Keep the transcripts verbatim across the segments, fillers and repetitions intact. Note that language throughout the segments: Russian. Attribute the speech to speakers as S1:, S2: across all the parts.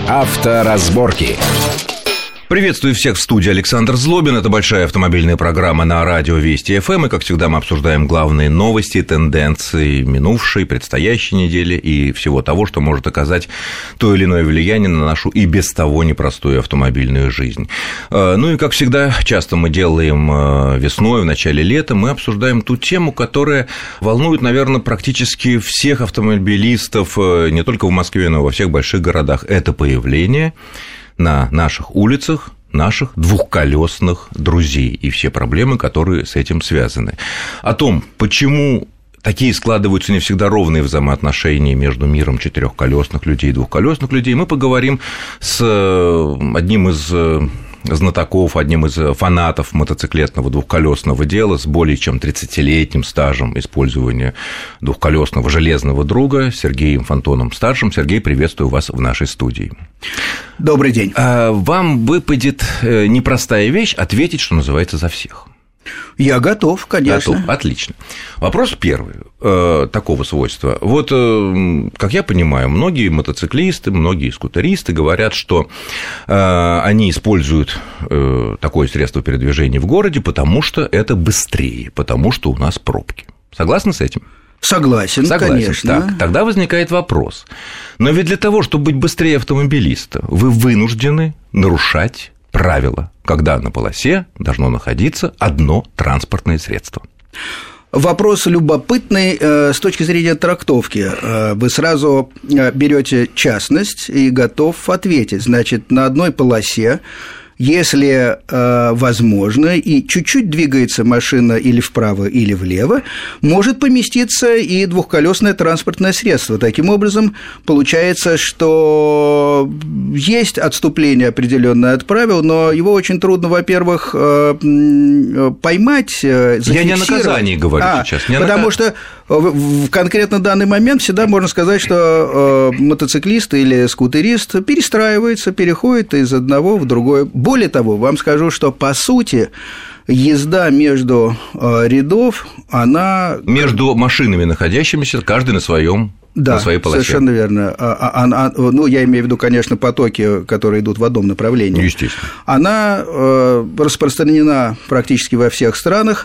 S1: Авторазборки. Приветствую всех в студии. Александр Злобин. Это большая автомобильная программа на радио Вести эф эм. И, как всегда, мы обсуждаем главные новости, тенденции минувшей, предстоящей недели и всего того, что может оказать то или иное влияние на нашу и без того непростую автомобильную жизнь. Ну и, как всегда, часто мы делаем весной, в начале лета, мы обсуждаем ту тему, которая волнует, наверное, практически всех автомобилистов, не только в Москве, но и во всех больших городах. Это появление на наших улицах наших двухколесных друзей и все проблемы, которые с этим связаны. О том, почему такие складываются не всегда ровные взаимоотношения между миром четырехколесных людей и двухколесных людей, мы поговорим с одним из знатоков, одним из фанатов мотоциклетного двухколесного дела с более чем тридцатилетним стажем использования двухколесного железного друга Сергеем Фонтоном-старшим. Сергей, приветствую вас в нашей студии.
S2: Добрый день.
S1: Вам выпадет непростая вещь ответить, что называется, за всех.
S2: Я готов, конечно.
S1: Готов, отлично. Вопрос первый, э, такого свойства. Вот, э, как я понимаю, многие мотоциклисты, многие скутеристы говорят, что э, они используют э, такое средство передвижения в городе, потому что это быстрее, потому что у нас пробки. Согласны с этим?
S2: Согласен,
S1: Согласен,
S2: конечно.
S1: Так, тогда возникает вопрос. Но ведь для того, чтобы быть быстрее автомобилиста, вы вынуждены нарушать правила, когда на полосе должно находиться одно транспортное средство.
S2: Вопрос любопытный с точки зрения трактовки. Вы сразу берете частность и готов ответить. Значит, на одной полосе, если э, возможно, и чуть-чуть двигается машина или вправо, или влево, может поместиться и двухколесное транспортное средство. Таким образом, получается, что есть отступление определенное от правил, но его очень трудно, во-первых, э, поймать, зафиксировать.
S1: Я не о наказании говорю
S2: а,
S1: сейчас. Не
S2: потому
S1: наказ...
S2: что в конкретно данный момент всегда можно сказать, что э, мотоциклист или скутерист перестраивается, переходит из одного в другое. Более того, вам скажу, что по сути езда между рядов, она…
S1: Между машинами, находящимися, каждый на своем.
S2: Да,
S1: на своей полосе.
S2: Совершенно верно. А, а, а, ну, я имею в виду, конечно, потоки, которые идут в одном направлении.
S1: Естественно.
S2: Она э, распространена практически во всех странах.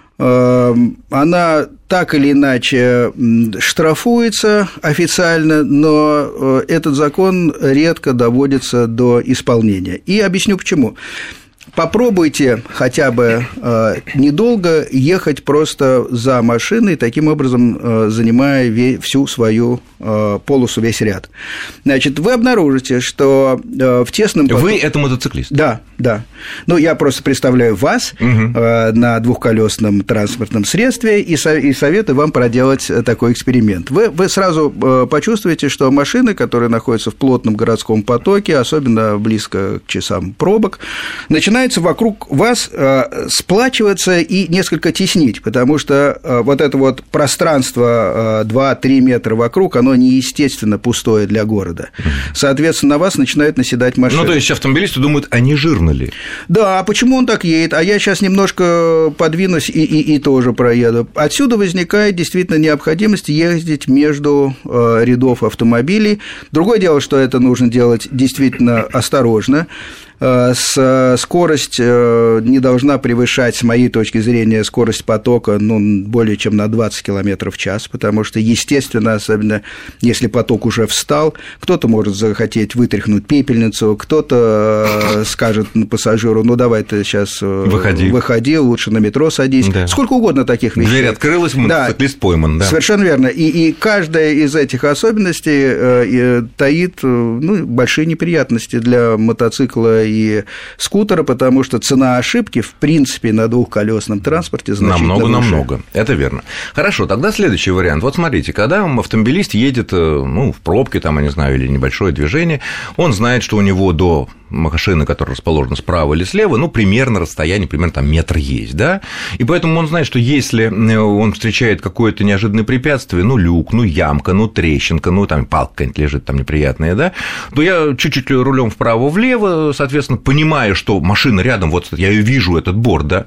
S2: Э, она так или иначе штрафуется официально, но э, этот закон редко доводится до исполнения. И объясню почему. Попробуйте хотя бы э, недолго ехать просто за машиной, таким образом э, занимая ве- всю свою э, полосу, весь ряд. Значит, вы обнаружите, что э, в тесном… Поток...
S1: Вы – это мотоциклист?
S2: Да, да. Ну, я просто представляю вас угу. э, на двухколесном транспортном средстве и, со- и советую вам проделать такой эксперимент. Вы, вы сразу э, почувствуете, что машины, которые находятся в плотном городском потоке, особенно близко к часам пробок, начинают вокруг вас э, сплачиваться и несколько теснить, потому что э, вот это вот пространство э, два-три метра вокруг, оно неестественно пустое для города. Соответственно, на вас начинает наседать машина.
S1: Ну, то есть автомобилисты думают, а не жирно ли? Да,
S2: а почему он так едет? А я сейчас немножко подвинусь и, и, и тоже проеду. Отсюда возникает действительно необходимость ездить между э, рядов автомобилей. Другое дело, что это нужно делать действительно осторожно. Скорость не должна превышать, с моей точки зрения, скорость потока ну, более чем на двадцать километров в час, потому что, естественно, особенно если поток уже встал, кто-то может захотеть вытряхнуть пепельницу, кто-то скажет пассажиру, ну, давай ты сейчас выходи, выходи лучше на метро садись. Да. Сколько угодно таких вещей.
S1: Дверь открылась, мотоциклист да, пойман. Да.
S2: Совершенно верно. И, и каждая из этих особенностей э, таит ну, большие неприятности для мотоцикла и скутера, потому что цена ошибки, в принципе, на двухколесном транспорте значительно выше.
S1: Намного-намного, это верно. Хорошо, тогда следующий вариант. Вот смотрите, когда автомобилист едет ну, в пробке, там, я не знаю, или небольшое движение, он знает, что у него до машины, которая расположена справа или слева, ну, примерно расстояние, примерно там метр есть, да, и поэтому он знает, что если он встречает какое-то неожиданное препятствие, ну, люк, ну, ямка, ну, трещинка, ну, там палка какая-нибудь лежит там неприятная, да, то я чуть-чуть рулем вправо-влево, соответственно, понимая, что машина рядом, вот я ее вижу, этот борт, да,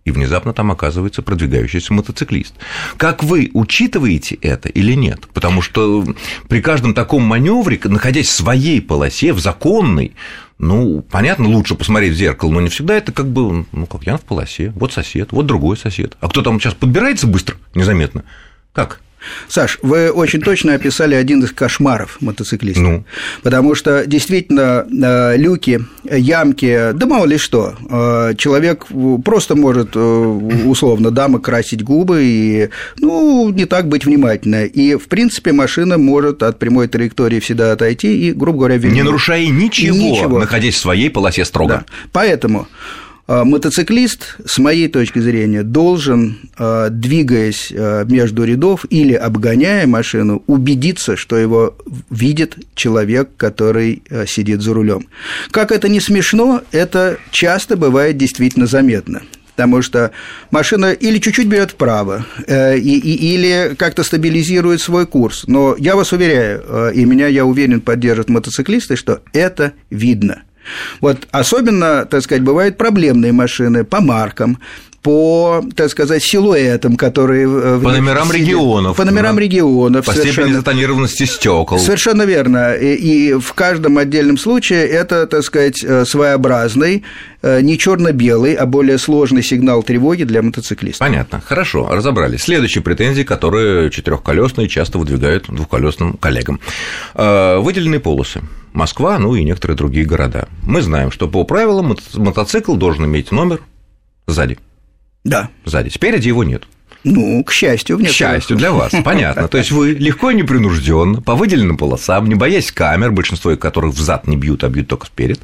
S1: и внезапно там оказывается продвигающийся мотоциклист. Как вы учитываете это или нет? Потому что при каждом таком маневре, находясь в своей полосе, в законной, ну, понятно, лучше посмотреть в зеркало, но не всегда это как бы, ну, как я в полосе, вот сосед, вот другой сосед. А кто там сейчас подбирается быстро, незаметно? Как?
S2: Саш, вы очень точно описали один из кошмаров мотоциклистов. Ну. Потому что действительно люки, ямки, да мало ли что. Человек просто может, условно, дама красить губы и, ну, не так быть внимательной. И, в принципе, машина может от прямой траектории всегда отойти и, грубо говоря, вернуть.
S1: Не нарушая ничего, ничего, находясь в своей полосе строго.
S2: Да. Поэтому мотоциклист, с моей точки зрения, должен, двигаясь между рядов или обгоняя машину, убедиться, что его видит человек, который сидит за рулем. Как это не смешно, это часто бывает действительно заметно. Потому что машина или чуть-чуть берет вправо, э, и, и, или как-то стабилизирует свой курс. Но я вас уверяю, э, и меня, я уверен, поддержат мотоциклисты, что это видно. Вот особенно, так сказать, бывают проблемные машины по маркам, по, так сказать, силуэтам, которые...
S1: По номерам сидят, регионов.
S2: По номерам да. регионов.
S1: По степени затонированности стекол.
S2: Совершенно верно. И, и в каждом отдельном случае это, так сказать, своеобразный, не черно-белый, а более сложный сигнал тревоги для мотоциклиста.
S1: Понятно. Хорошо, разобрались. Следующие претензии, которые четырехколесные часто выдвигают двухколесным коллегам. Выделенные полосы. Москва, ну и некоторые другие города. Мы знаем, что по правилам мотоцикл должен иметь номер сзади.
S2: Да.
S1: Сзади. Спереди его нет.
S2: Ну, к счастью, в
S1: К счастью для вас, понятно. То есть вы легко и непринужденно, по выделенным полосам, не боясь камер, большинство из которых взад не бьют, а бьют только сперед,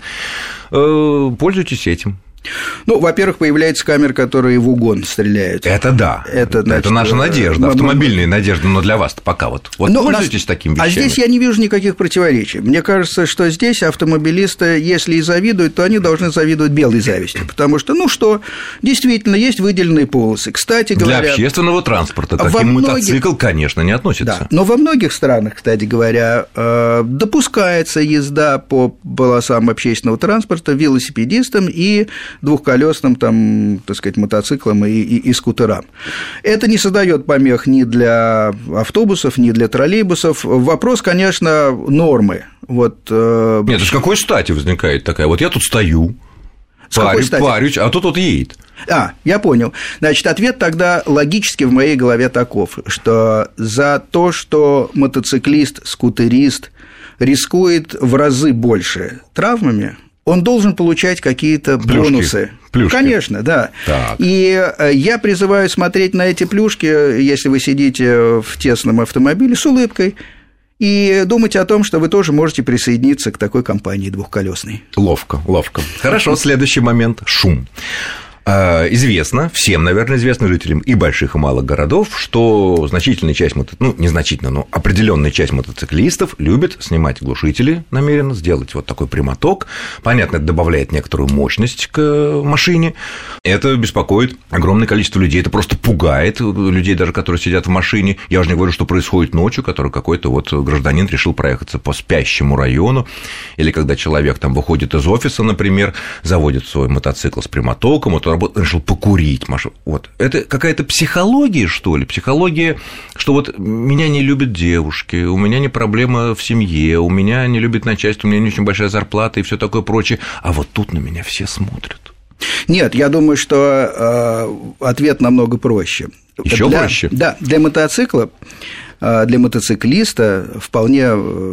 S1: пользуетесь этим.
S2: Ну, во-первых, появляются камеры, которые в угон стреляют.
S1: Это да. Это, значит, это наша надежда, автомобильная надежда, но для вас-то пока вот. Вот но пользуетесь нас... такими вещами?
S2: А здесь я не вижу никаких противоречий. Мне кажется, что здесь автомобилисты, если и завидуют, то они должны завидовать белой завистью, потому что, ну что, действительно, есть выделенные полосы. Кстати говоря...
S1: Для общественного транспорта таким многих... мотоцикл, конечно, не относится.
S2: Да, но во многих странах, кстати говоря, допускается езда по полосам общественного транспорта велосипедистам и двухколесным, там, так сказать, мотоциклам и, и, и скутерам. Это не создает помех ни для автобусов, ни для троллейбусов. Вопрос, конечно, нормы. Вот, э...
S1: Нет, с какой стати возникает такая? Вот я тут стою, парю, парюсь, а тут вот едет.
S2: А, я понял. Значит, ответ тогда логически в моей голове таков, что за то, что мотоциклист, скутерист рискует в разы больше травмами, он должен получать какие-то плюшки, бонусы.
S1: Плюшки.
S2: Конечно, да.
S1: Так.
S2: И я призываю смотреть на эти плюшки, если вы сидите в тесном автомобиле, с улыбкой, и думать о том, что вы тоже можете присоединиться к такой компании двухколесной.
S1: Ловко, ловко. Хорошо, следующий момент – шум. Известно, всем, наверное, известно жителям и больших, и малых городов, что значительная часть, мото... ну, не значительно, но определенная часть мотоциклистов любит снимать глушители намеренно, сделать вот такой прямоток. Понятно, это добавляет некоторую мощность к машине. Это беспокоит огромное количество людей, это просто пугает людей, даже которые сидят в машине. Я уже не говорю, что происходит ночью, который какой-то вот гражданин решил проехаться по спящему району, или когда человек там выходит из офиса, например, заводит свой мотоцикл с прямотоком, вот он решил покурить машину. Вот. Это какая-то психология, что ли? Психология, что вот меня не любят девушки, у меня не проблема в семье, у меня не любит начальство, у меня не очень большая зарплата и все такое прочее, а вот тут на меня все смотрят.
S2: Нет, я думаю, что э, ответ намного проще.
S1: Еще
S2: для,
S1: проще?
S2: Да, для мотоцикла, для мотоциклиста вполне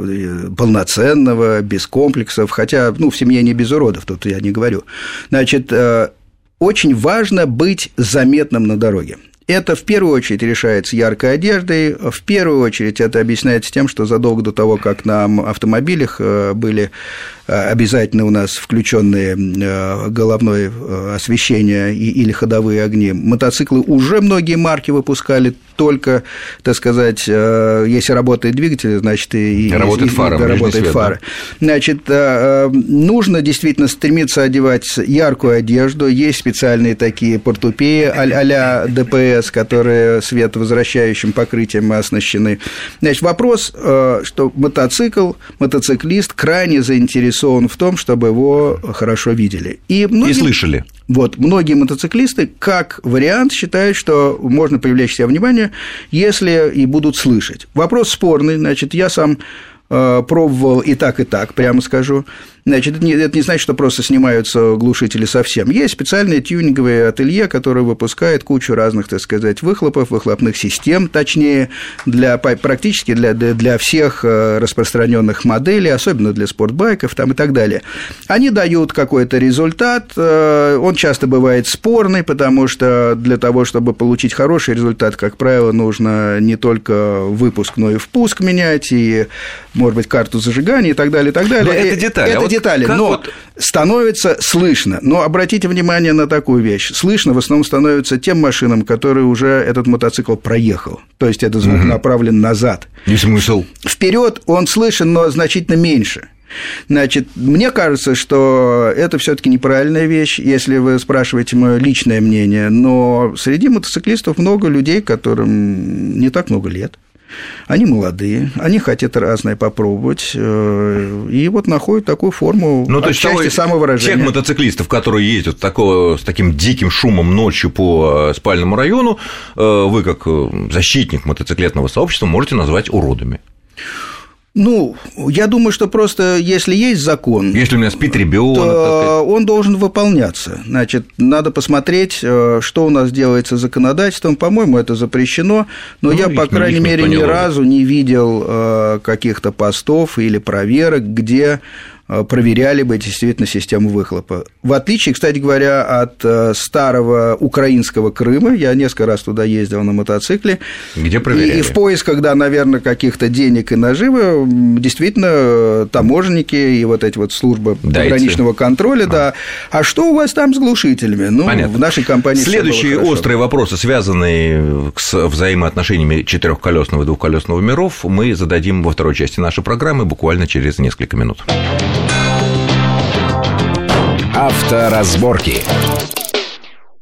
S2: полноценного, без комплексов, хотя, ну, в семье не без уродов, тут я не говорю. Значит, очень важно быть заметным на дороге. Это в первую очередь решается яркой одеждой, в первую очередь это объясняется тем, что задолго до того, как на автомобилях были обязательно у нас включенные головное освещение или ходовые огни, мотоциклы уже многие марки выпускали только, так сказать, если работает двигатель, значит и
S1: работает фара,
S2: да, работает фара. Значит, нужно действительно стремиться одевать яркую одежду, есть специальные такие портупеи а-ля ДПС, которые световозвращающим покрытием оснащены. Значит, вопрос, что мотоцикл, мотоциклист крайне заинтересован в том, чтобы его хорошо видели. И, многие,
S1: и слышали.
S2: Вот, многие мотоциклисты, как вариант, считают, что можно привлечь к себе внимание, если и будут слышать. Вопрос спорный, значит, я сам пробовал и так, и так, прямо скажу. Значит, это не, это не значит, что просто снимаются глушители совсем. Есть специальные тюнинговые ателье, которые выпускают кучу разных, так сказать, выхлопов, выхлопных систем, точнее, для, практически для, для всех распространенных моделей, особенно для спортбайков там, и так далее. Они дают какой-то результат, он часто бывает спорный, потому что для того, чтобы получить хороший результат, как правило, нужно не только выпуск, но и впуск менять, и, может быть, карту зажигания и так далее, и так далее.
S1: Но это детали.
S2: Это
S1: а вот
S2: детали, но
S1: вот...
S2: становится слышно. Но обратите внимание на такую вещь. Слышно в основном становится тем машинам, которые уже этот мотоцикл проехал. То есть это звук угу. направлен назад.
S1: И смысл?
S2: Вперед он слышен, но значительно меньше. Значит, мне кажется, что это все-таки неправильная вещь, если вы спрашиваете мое личное мнение, но среди мотоциклистов много людей, которым не так много лет. Они молодые, они хотят разное попробовать, и вот находят такую форму,
S1: ну, то есть
S2: отчасти
S1: того,
S2: самовыражения.
S1: Тех мотоциклистов, которые ездят такого, с таким диким шумом ночью по спальному району, вы, как защитник мотоциклетного сообщества, можете назвать уродами.
S2: Ну, я думаю, что просто если есть закон,
S1: если у меня спит ребенок,
S2: то он должен выполняться. Значит, надо посмотреть, что у нас делается законодательством. По-моему, это запрещено, но ну, я, по крайней мере, ни разу не видел каких-то постов или проверок, где проверяли бы действительно систему выхлопа. В отличие, кстати говоря, от старого украинского Крыма, я несколько раз туда ездил на мотоцикле,
S1: где проверяли?
S2: И в поисках, да, наверное, каких-то денег и наживы, действительно, таможенники и вот эти вот службы Дайте. пограничного контроля, а. да. А что у вас там с глушителями? Ну,
S1: Понятно.
S2: В нашей компании
S1: Следующие острые вопросы, связанные с взаимоотношениями четырехколесного и двухколесного миров, мы зададим во второй части нашей программы буквально через несколько минут.
S3: Авторазборки.